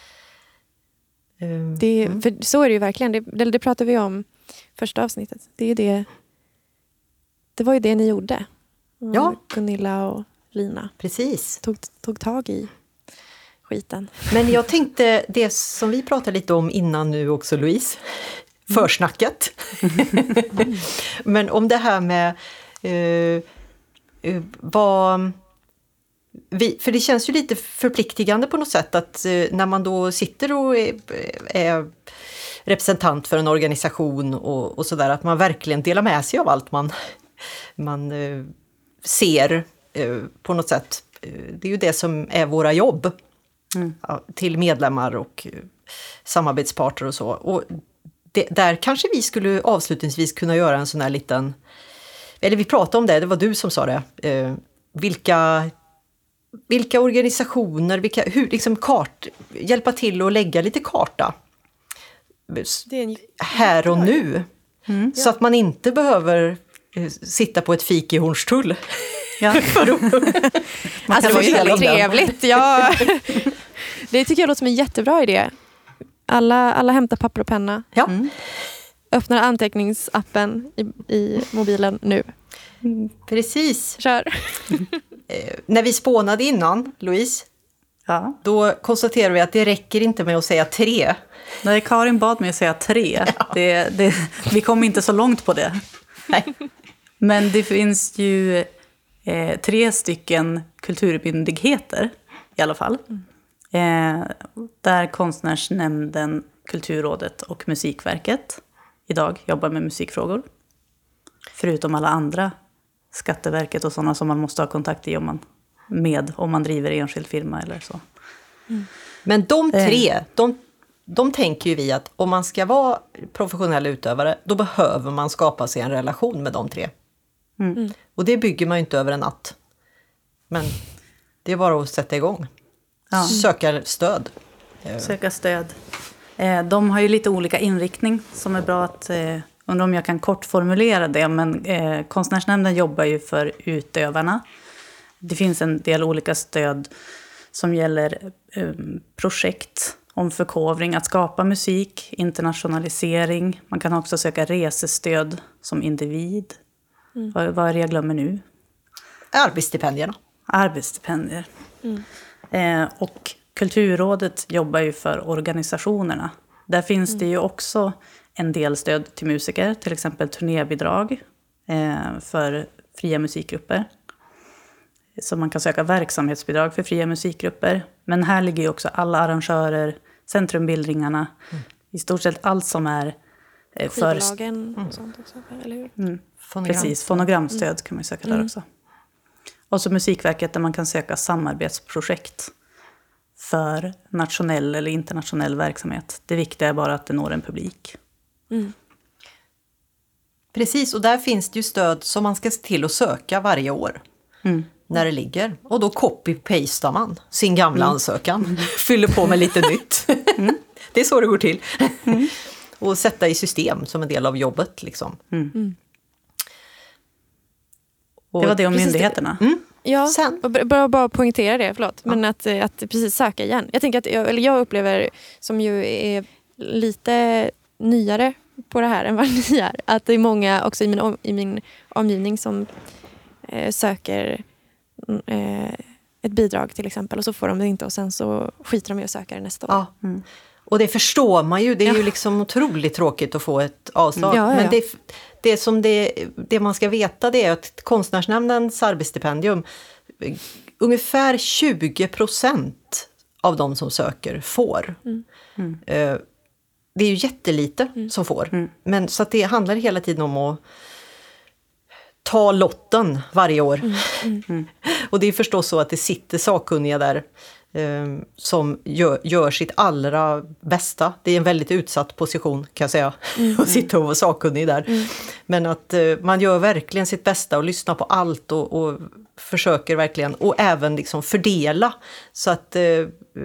Det, för så är det ju verkligen, det, det, det pratade vi om första avsnittet. Det, är det, det var ju det ni gjorde. Ja. Gunilla och Lina. Precis. Tog, tog tag i skiten. Men jag tänkte, det som vi pratade lite om innan nu också, Louise. Mm. Försnacket. Mm. Men om det här med uh, uh, vad... Vi, för det känns ju lite förpliktigande på något sätt att uh, när man då sitter och är, är representant för en organisation och, och sådär, att man verkligen delar med sig av allt man, man uh, ser uh, på något sätt. Uh, det är ju det som är våra jobb mm. uh, till medlemmar och uh, samarbetspartner och så. Och det, där kanske vi skulle avslutningsvis kunna göra en sån här liten, eller vi pratade om det, det var du som sa det, uh, vilka, vilka organisationer, vilka, hur liksom kart, hjälpa till att lägga lite karta Det är en... här och nu. Mm. Så att man inte behöver eh, sitta på ett fik i Hornstull. Ja. För att, Alltså det var ju väldigt trevligt. Ja. Det tycker jag låter som en jättebra idé. Alla, alla hämtar papper och penna. ja. Mm. Öppnar anteckningsappen i, i mobilen nu. Precis. Kör. Eh, när vi spånade innan, Louise, Ja. då konstaterade vi att det räcker inte med att säga tre. Nej, Karin bad mig att säga tre. Ja. Det, det, vi kom inte så långt på det. Nej. Men det finns ju eh, tre stycken kulturmyndigheter i alla fall. Eh, där Konstnärsnämnden, Kulturrådet och Musikverket idag jobbar med musikfrågor. Förutom alla andra, Skatteverket och sådana som man måste ha kontakt i om man, med om man driver enskild firma eller så. Men de tre, de, de tänker ju vi att om man ska vara professionell utövare, då behöver man skapa sig en relation med de tre. Mm. Och det bygger man ju inte över en natt. Men det är bara att sätta igång. Ja. Söka stöd. Söka stöd. Eh, de har ju lite olika inriktning som är bra att... Eh, undrar om jag kan kort formulera det, men eh, Konstnärsnämnden jobbar ju för utövarna. Det finns en del olika stöd som gäller eh, projekt om förkovring, att skapa musik, internationalisering. Man kan också söka resestöd som individ. Mm. Vad, vad är det jag glömmer nu? Arbetsstipendierna. Arbetsstipendier. Mm. Eh, och Kulturrådet jobbar ju för organisationerna. Där finns mm. det ju också en del stöd till musiker, till exempel turnébidrag eh, för fria musikgrupper. Så man kan söka verksamhetsbidrag för fria musikgrupper. Men här ligger ju också alla arrangörer, centrumbildningarna, mm. i stort sett allt som är eh, för... Skivbolagen och sånt också, eller hur? Mm. Fonogram. Precis, fonogramstöd mm. kan man söka där mm. också. Och så Musikverket där man kan söka samarbetsprojekt för nationell eller internationell verksamhet. Det viktiga är bara att det når en publik. Mm. Precis, och där finns det ju stöd som man ska se till att söka varje år. Mm. När det ligger. Och då copy-pastar man sin gamla mm. ansökan. Mm. Fyller på med lite nytt. Mm. Det är så det går till. Mm. Och sätta i system som en del av jobbet. Liksom. Mm. Mm. Det var det om myndigheterna. Mm. Ja, Sen. bara, bara poängtera det, förlåt. Ja. Men att, att precis söka igen. Jag tänker att jag, eller jag upplever, som ju är lite nyare på det här än vad ni är, att det är många också i min, om, i min omgivning som eh, söker eh, ett bidrag till exempel, och så får de det inte och sen så skiter de i att söka det nästa år. Ja. Mm. Och det förstår man ju, det är ja. ju liksom otroligt tråkigt att få ett avslag. Ja, ja, ja. Men det, det, som det, det man ska veta, det är att Konstnärsnämndens arbetsstipendium, ungefär tjugo procent av de som söker får. Mm. Mm. Det är ju jättelite mm. som får. Mm. Men så att det handlar hela tiden om att ta lotten varje år. Mm. Mm. Mm. Och det är förstås så att det sitter sakkunniga där eh, som gör, gör sitt allra bästa. Det är en väldigt utsatt position, kan jag säga, mm. att sitta och vara sakkunnig där. Mm. Men att eh, man gör verkligen sitt bästa och lyssnar på allt och, och försöker verkligen, och även liksom fördela så att, eh,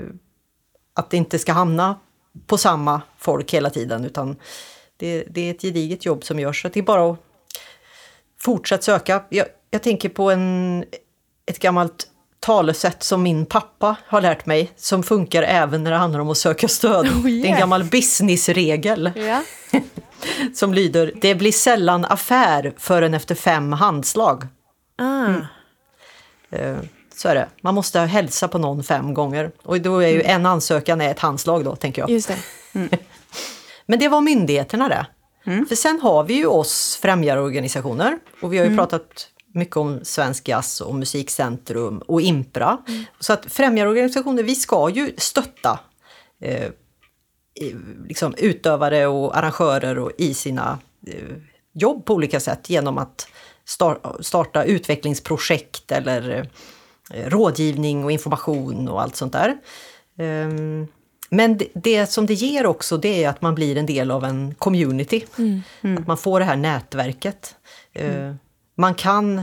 att det inte ska hamna på samma folk hela tiden, utan det, det är ett gediget jobb som görs. Så det är bara att fortsätta söka. Jag, jag tänker på en, ett gammalt talesätt som min pappa har lärt mig, som funkar även när det handlar om att söka stöd. Oh, yeah. Det är en gammal businessregel. Yeah. Som lyder: det blir sällan affär förrän efter fem handslag. Ah. Mm. Så är det. Man måste hälsa på någon fem gånger. Och då är ju mm. en ansökan är ett handslag då, tänker jag. Just det. Mm. Men det var myndigheterna det. Mm. För sen har vi ju oss främjarorganisationer. Och vi har ju mm. pratat mycket om Svensk Jazz och Musikcentrum och Impra. Mm. Så att främjarorganisationer, vi ska ju stötta eh, liksom utövare och arrangörer och i sina eh, jobb på olika sätt. Genom att star- starta utvecklingsprojekt eller eh, rådgivning och information och allt sånt där. Um, Men det, det som det ger också, det är att man blir en del av en community. Mm. Mm. Att man får det här nätverket. Mm. Uh, man kan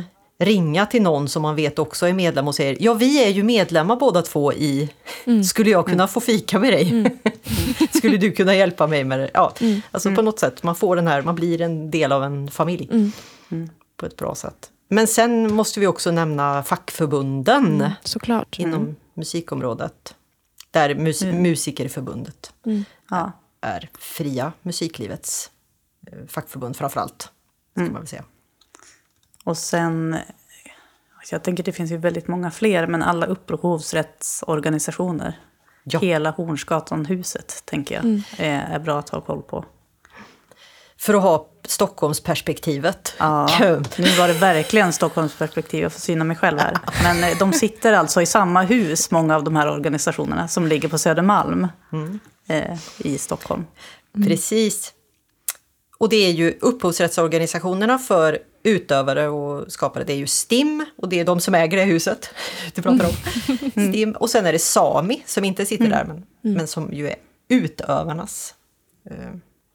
ringa till någon som man vet också är medlem och säger, ja vi är ju medlemmar båda två i, mm. skulle jag kunna mm. få fika med dig? Mm. Skulle du kunna hjälpa mig med det? Ja, mm. alltså mm. på något sätt, man får den här, man blir en del av en familj mm. Mm. på ett bra sätt. Men sen måste vi också nämna fackförbunden mm. såklart. inom mm. musikområdet. Där mus- mm. musikerförbundet mm. ja. är fria musiklivets fackförbund framförallt, ska mm. man väl säga. Och sen, jag tänker det finns ju väldigt många fler, men alla upphovsrättsorganisationer. Ja. Hela Hornsgatan-huset, tänker jag, mm. är, är bra att ha koll på. För att ha Stockholmsperspektivet. Ja, nu var det verkligen Stockholmsperspektiv, jag får syna mig själv här. Men de sitter alltså i samma hus, många av de här organisationerna, som ligger på Södermalm mm. eh, i Stockholm. Mm. Precis. Och det är ju upphovsrättsorganisationerna för utövare och skapare. Det är ju STIM, och det är de som äger det huset du pratar om. Mm. STIM. Och sen är det SAMI som inte sitter mm. där, men, mm. men som ju är utövarnas eh,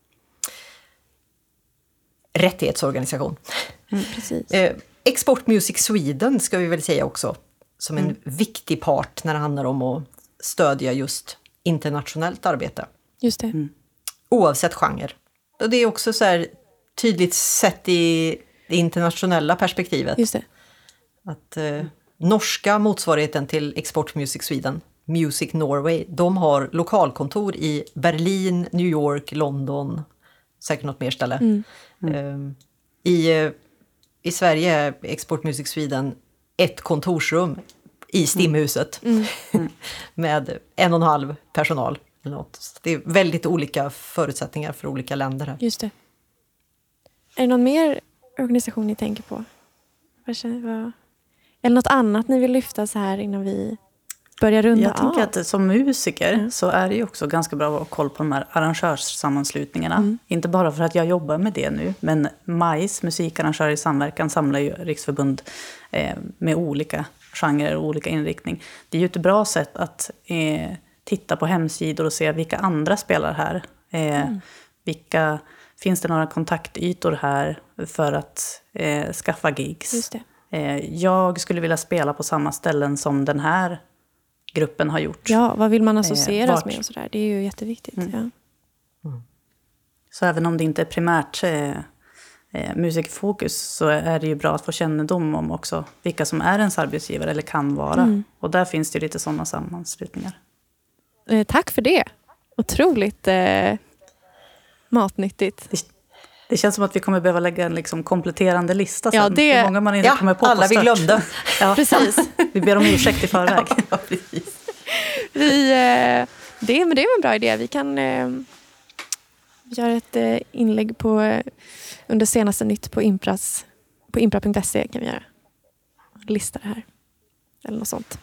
rättighetsorganisation. Mm, precis. Eh, Export Music Sweden ska vi väl säga också, som en mm. viktig part när det handlar om att stödja just internationellt arbete. Just det. Mm. Oavsett genre. Och det är också så här tydligt sett i det internationella perspektivet. Just det. Att eh, norska motsvarigheten till Export Music Sweden, Music Norway, de har lokalkontor i Berlin, New York, London, säkert något mer ställe. Mm. Mm. I, I Sverige är Export Music Sweden ett kontorsrum i STIM-huset mm. Mm. med en och en halv personal. Eller något. Så det är väldigt olika förutsättningar för olika länder här. Just det. Är det någon mer organisation ni tänker på? Vad känner, vad... Eller något annat ni vill lyfta så här innan vi börjar runda Jag tänker av? att som musiker mm. så är det ju också ganska bra att ha koll på de här arrangörssammanslutningarna. Mm. Inte bara för att jag jobbar med det nu, men MAIS, musikarrangörer i samverkan, samlar ju riksförbund eh, med olika genrer och olika inriktning. Det är ju ett bra sätt att eh, titta på hemsidor och se vilka andra spelar här. Eh, mm. vilka, finns det några kontaktytor här för att eh, skaffa gigs? Just det. Eh, jag skulle vilja spela på samma ställen som den här gruppen har gjort. Ja, vad vill man associeras eh, med och sådär? Det är ju jätteviktigt. Mm. Ja. Mm. Så även om det inte är primärt eh, eh, musikfokus, så är det ju bra att få kännedom om också vilka som är ens arbetsgivare eller kan vara. Mm. Och där finns det ju lite sådana sammanslutningar. Eh, tack för det. Otroligt eh, matnyttigt. Det, det känns som att vi kommer behöva lägga en liksom kompletterande lista sen. Ja, det, det är många man inte ja, kommer på alla på vi glömde. Ja, precis. Vi ber om ursäkt i förväg. Ja, precis. Vi, eh, det, men det är en bra idé. Vi kan eh, göra ett eh, inlägg på eh, under senaste nytt på Impras, på impra punkt se kan vi göra. Lista det här. Eller något sånt.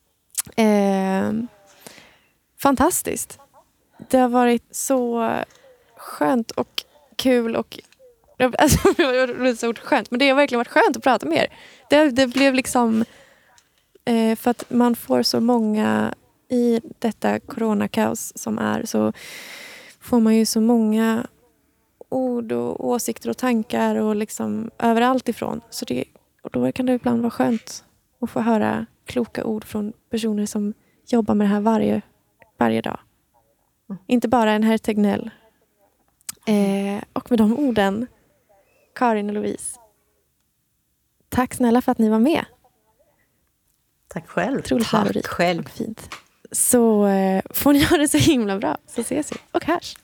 Eh, fantastiskt. Det har varit så skönt och kul och alltså, det är så skönt, men det har verkligen varit skönt att prata med er. Det, det blev liksom eh, för att man får så många i detta coronakaos som är, så får man ju så många ord och åsikter och tankar och liksom överallt ifrån. Så det, och då kan det ibland vara skönt att få höra kloka ord från personer som jobbar med det här varje, varje dag. Mm. Inte bara en herr Tegnell. Eh, och med de orden, Karin och Louise, tack snälla för att ni var med. Tack själv. Otroligt tack lärorikt själv. och fint. Så eh, får ni ha det så himla bra, så ses vi och hörs.